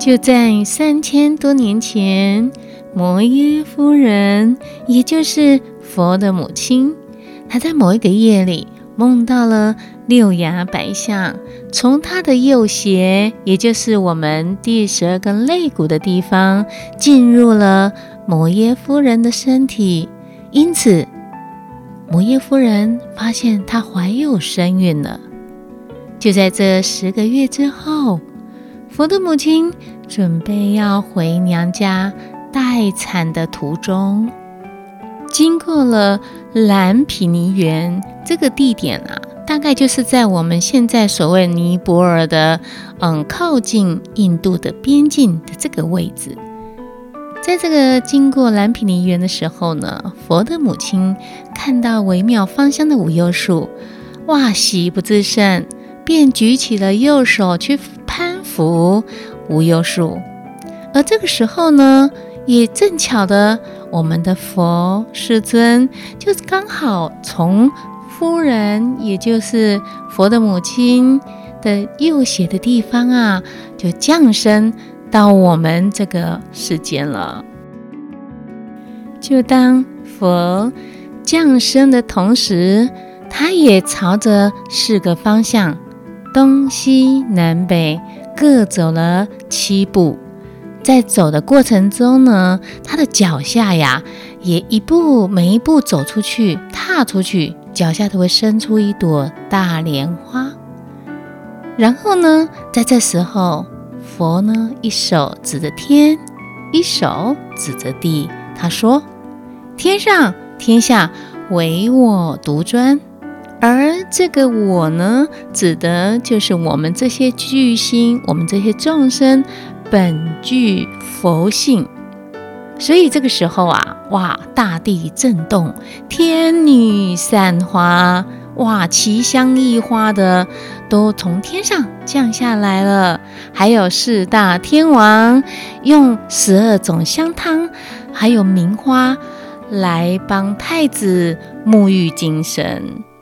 就在3000多年前，摩耶夫人，也就是佛的母亲，她在某一个夜里梦到了6牙白象，从她的右胁，也就是我们第12根肋骨的地方，进入了摩耶夫人的身体。因此摩耶夫人发现她怀有身孕了。就在这10个月之后，佛的母亲准备要回娘家待产的途中，经过了蓝毗尼园这个地点大概就是在我们现在所谓尼泊尔的靠近印度的边境的这个位置。在这个经过蓝毗尼园的时候呢，佛的母亲看到微妙芳香的无忧树，哇，喜不自胜，便举起了右手去攀扶无忧树。而这个时候呢，也正巧的，我们的佛世尊就刚好从夫人，也就是佛的母亲的右胁的地方就降生到我们这个世间了。就当佛降生的同时，他也朝着4个方向，东西南北各走了7步。在走的过程中呢，他的脚下也每一步走出去，踏出去，脚下都会生出一朵大莲花。然后呢，在这时候，佛呢一手指着天，一手指着地，他说：天上天下唯我独尊。而这个我呢，指的就是我们这些巨星，我们这些众生本具佛性。所以这个时候哇，大地震动，天女散花，哇，奇香异花的都从天上降下来了。还有4大天王用12种香汤还有名花来帮太子沐浴净身。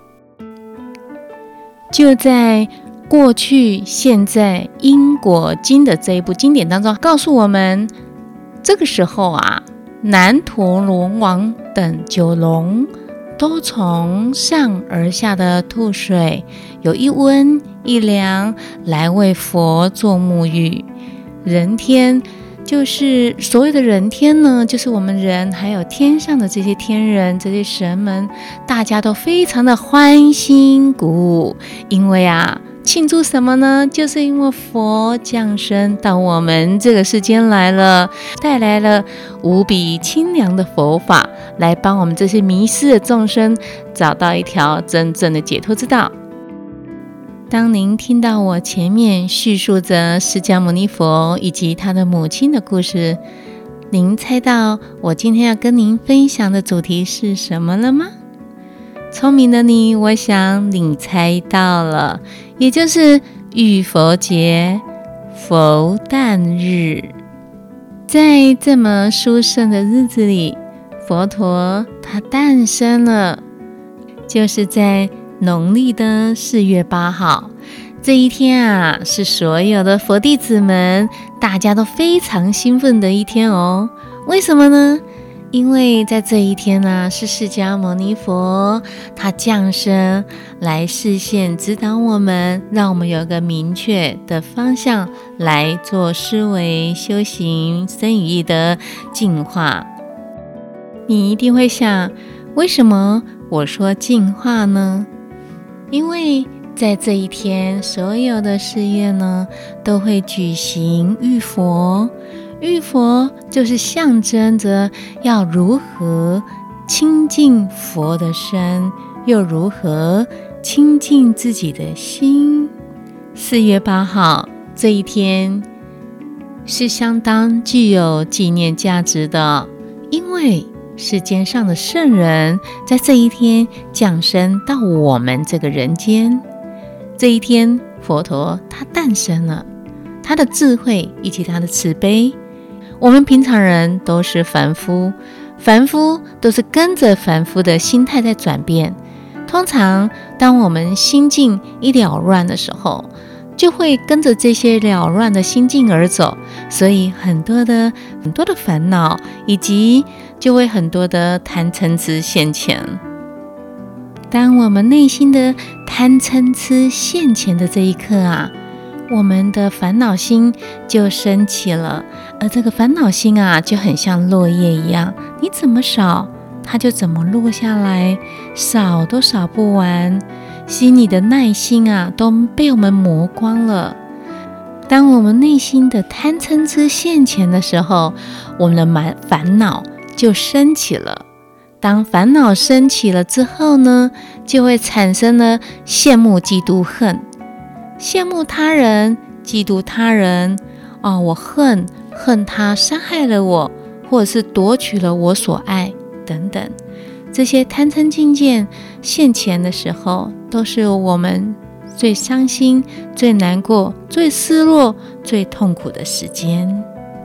就在过去现在因果经的这一部经典当中告诉我们，这个时候南陀罗王等9龙都从上而下的吐水，有一温一凉，来为佛做沐浴。人天就是所谓的人天呢，就是我们人还有天上的这些天人，这些神们，大家都非常的欢欣鼓舞。因为庆祝什么呢？就是因为佛降生到我们这个世间来了，带来了无比清凉的佛法，来帮我们这些迷失的众生找到一条真正的解脱之道。当您听到我前面叙述着释迦牟尼佛以及他的母亲的故事，您猜到我今天要跟您分享的主题是什么了吗？聪明的你，我想你猜到了，也就是浴佛节、佛诞日。在这么殊胜的日子里，佛陀他诞生了，就是在农历的4月8号。这一天是所有的佛弟子们大家都非常兴奋的一天哦。为什么呢？因为在这一天是释迦牟尼佛他降生来示现指导我们，让我们有一个明确的方向来做思维修行身语意的净化。你一定会想，为什么我说净化呢？因为在这一天，所有的寺院呢都会举行浴佛。浴佛就是象征着要如何亲近佛的身，又如何亲近自己的心。4月8号这一天是相当具有纪念价值的，因为世间上的圣人在这一天降生到我们这个人间。这一天佛陀他诞生了，他的智慧以及他的慈悲。我们平常人都是凡夫，凡夫都是跟着凡夫的心态在转变。通常当我们心境一了乱的时候， 就会跟着这些扰乱的心境而走，所以很多的烦恼，以及就会很多的贪嗔痴现前。当我们内心的贪嗔痴现前的这一刻啊，我们的烦恼心就升起了，而这个烦恼心啊，就很像落叶一样，你怎么扫，它就怎么落下来，扫都扫不完，心里的耐心啊，都被我们磨光了。当我们内心的贪嗔痴现前的时候，我们的烦恼就升起了。当烦恼升起了之后呢，就会产生了羡慕、嫉妒、恨。羡慕他人，嫉妒他人，我恨他伤害了我，或者是夺取了我所爱等等。这些贪嗔境界现前的时候，都是我们最伤心、最难过、最失落、最痛苦的时间。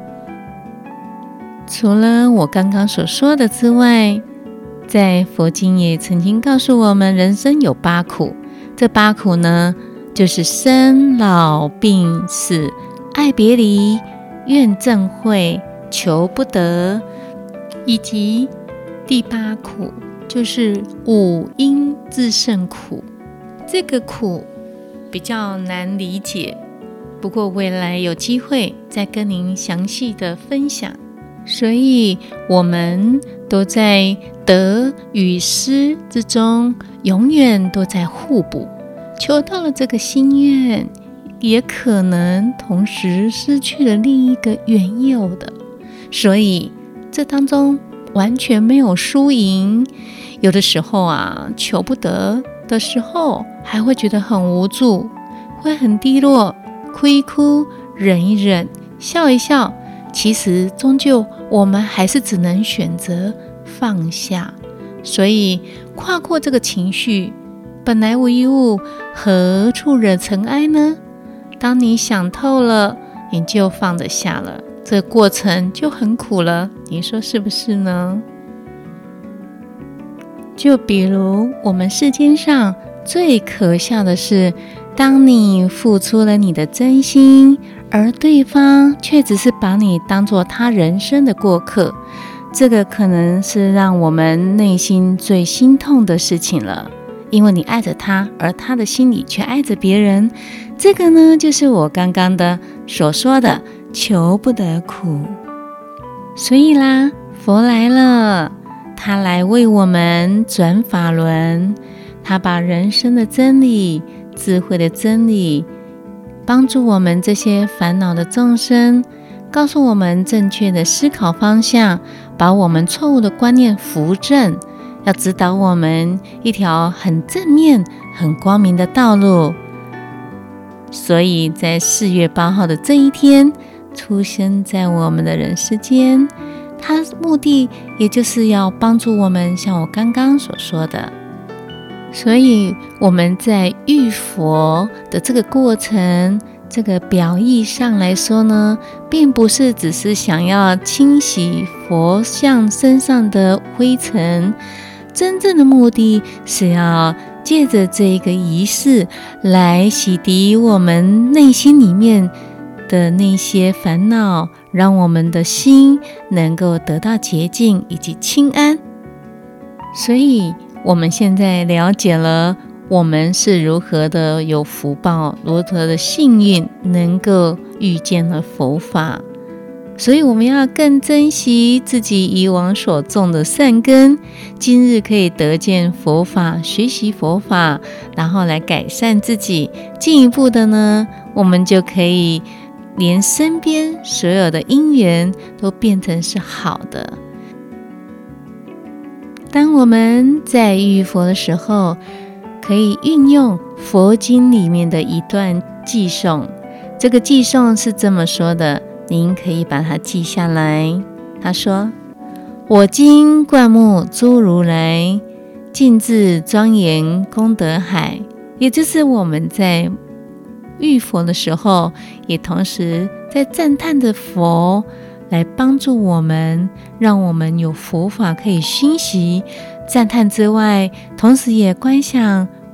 除了我刚刚所说的之外，在佛经也曾经告诉我们，人生有8苦。这8苦呢，就是生老病死、爱别离、怨憎会、求不得，以及第8苦就是五阴炽盛苦。这个苦比较难理解，不过未来有机会再跟您详细的分享。所以我们都在得与失之中，永远都在互补。求到了这个心愿，也可能同时失去了另一个原有的，所以这当中完全没有输赢。有的时候啊，求不得的时候，还会觉得很无助，会很低落，哭一哭，忍一忍，笑一笑。其实终究我们还是只能选择放下。所以跨过这个情绪，本来无一物，何处惹尘埃呢？当你想透了，你就放得下了，这过程就很苦了，你说是不是呢？就比如我们世间上最可笑的是，当你付出了你的真心，而对方却只是把你当作他人生的过客，这个可能是让我们内心最心痛的事情了。因为你爱着他，而他的心里却爱着别人。这个呢，就是我刚刚的所说的求不得苦。所以啦，佛来了，他来为我们转法轮，他把人生的真理、智慧的真理，帮助我们这些烦恼的众生，告诉我们正确的思考方向，把我们错误的观念扶正，要指导我们一条很正面、很光明的道路。所以在4月8号的这一天，出生在我们的人世间，它目的也就是要帮助我们，像我刚刚所说的。所以我们在遇佛的这个过程，这个表意上来说呢，并不是只是想要清洗佛像身上的灰尘，真正的目的是要借着这个仪式来洗涤我们内心里面的那些烦恼，让我们的心能够得到洁净以及清安。所以我们现在了解了我们是如何的有福报，如何的幸运能够遇见了佛法，所以我们要更珍惜自己以往所种的善根，今日可以得见佛法，学习佛法，然后来改善自己。进一步的呢，我们就可以连身边所有的因缘都变成是好的。当我们在遇佛的时候，可以运用佛经里面的一段偈颂。这个偈颂是这么说的，您可以把它记下来。他说：我今灌木诸如来，尽至庄严功德海。也就是我们在遇佛的时候，也同时在赞叹着佛，来帮助我们，让我们有佛法可以熏习。赞叹之外，同时也观想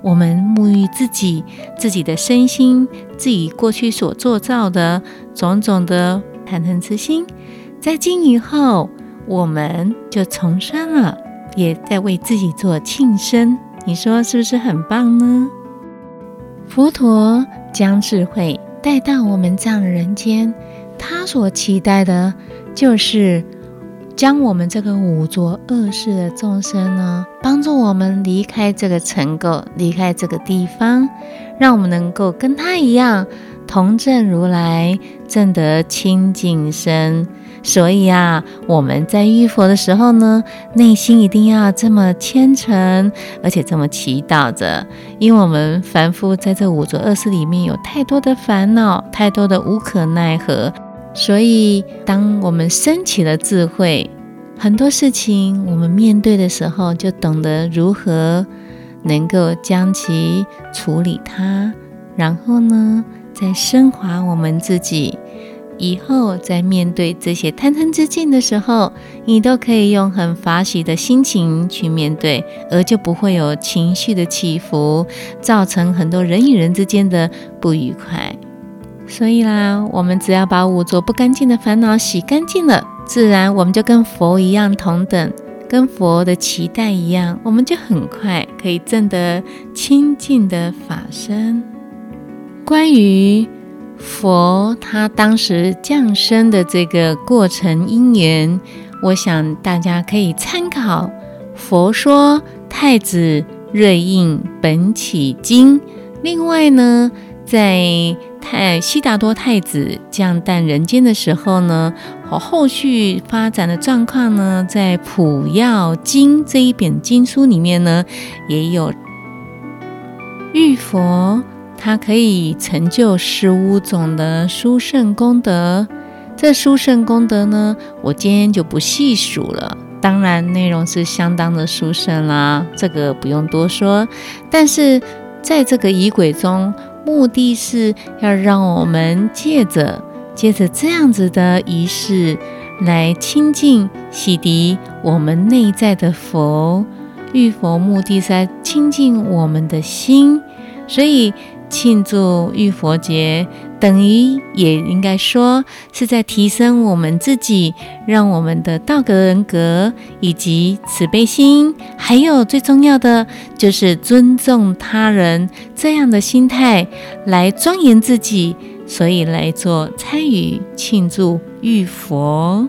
我们沐浴自己的身心，自己过去所做造的种种的贪嗔痴心，在今以后我们就重生了，也在为自己做庆生。你说是不是很棒呢？佛陀将智慧带到我们这样的人间，他所期待的就是将我们这个五浊恶世的众生呢，帮助我们离开这个尘垢，离开这个地方，让我们能够跟他一样同证如来，证得清净身。所以我们在遇佛的时候呢，内心一定要这么虔诚，而且这么祈祷着。因为我们凡夫在这五浊恶世里面有太多的烦恼，太多的无可奈何，所以当我们升起了智慧，很多事情我们面对的时候，就懂得如何能够将其处理它，然后呢再升华我们自己。以后在面对这些贪嗔痴境的时候，你都可以用很法喜的心情去面对，而就不会有情绪的起伏，造成很多人与人之间的不愉快。所以我们只要把五浊不干净的烦恼洗干净了，自然我们就跟佛一样同等，跟佛的期待一样，我们就很快可以证得清净的法身。关于佛他当时降生的这个过程因缘，我想大家可以参考《佛说太子瑞应本起经》。另外呢，在悉达多太子降诞人间的时候呢，后续发展的状况呢，在《普药经》这一本经书里面呢，也有遇佛它可以成就15种的殊胜功德。这殊胜功德呢，我今天就不细数了，当然内容是相当的殊胜啦，这个不用多说。但是在这个仪轨中，目的是要让我们借着这样子的仪式来亲近洗涤我们内在的佛。遇佛目的是在亲近我们的心，所以庆祝遇佛节等于也应该说是在提升我们自己，让我们的道德人格以及慈悲心，还有最重要的就是尊重他人这样的心态来庄严自己，所以来做参与庆祝遇佛。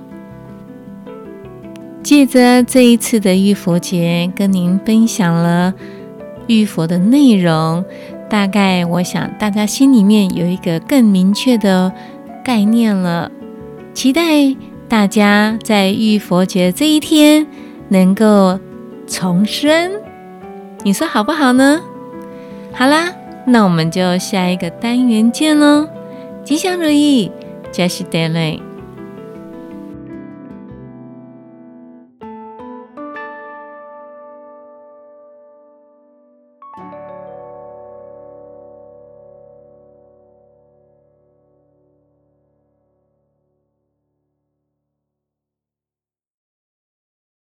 借着这一次的遇佛节，跟您分享了遇佛的内容，大概我想大家心里面有一个更明确的概念了。期待大家在遇佛节这一天能够重生，你说好不好呢？好啦，那我们就下一个单元见咯，吉祥如意，扎西德勒。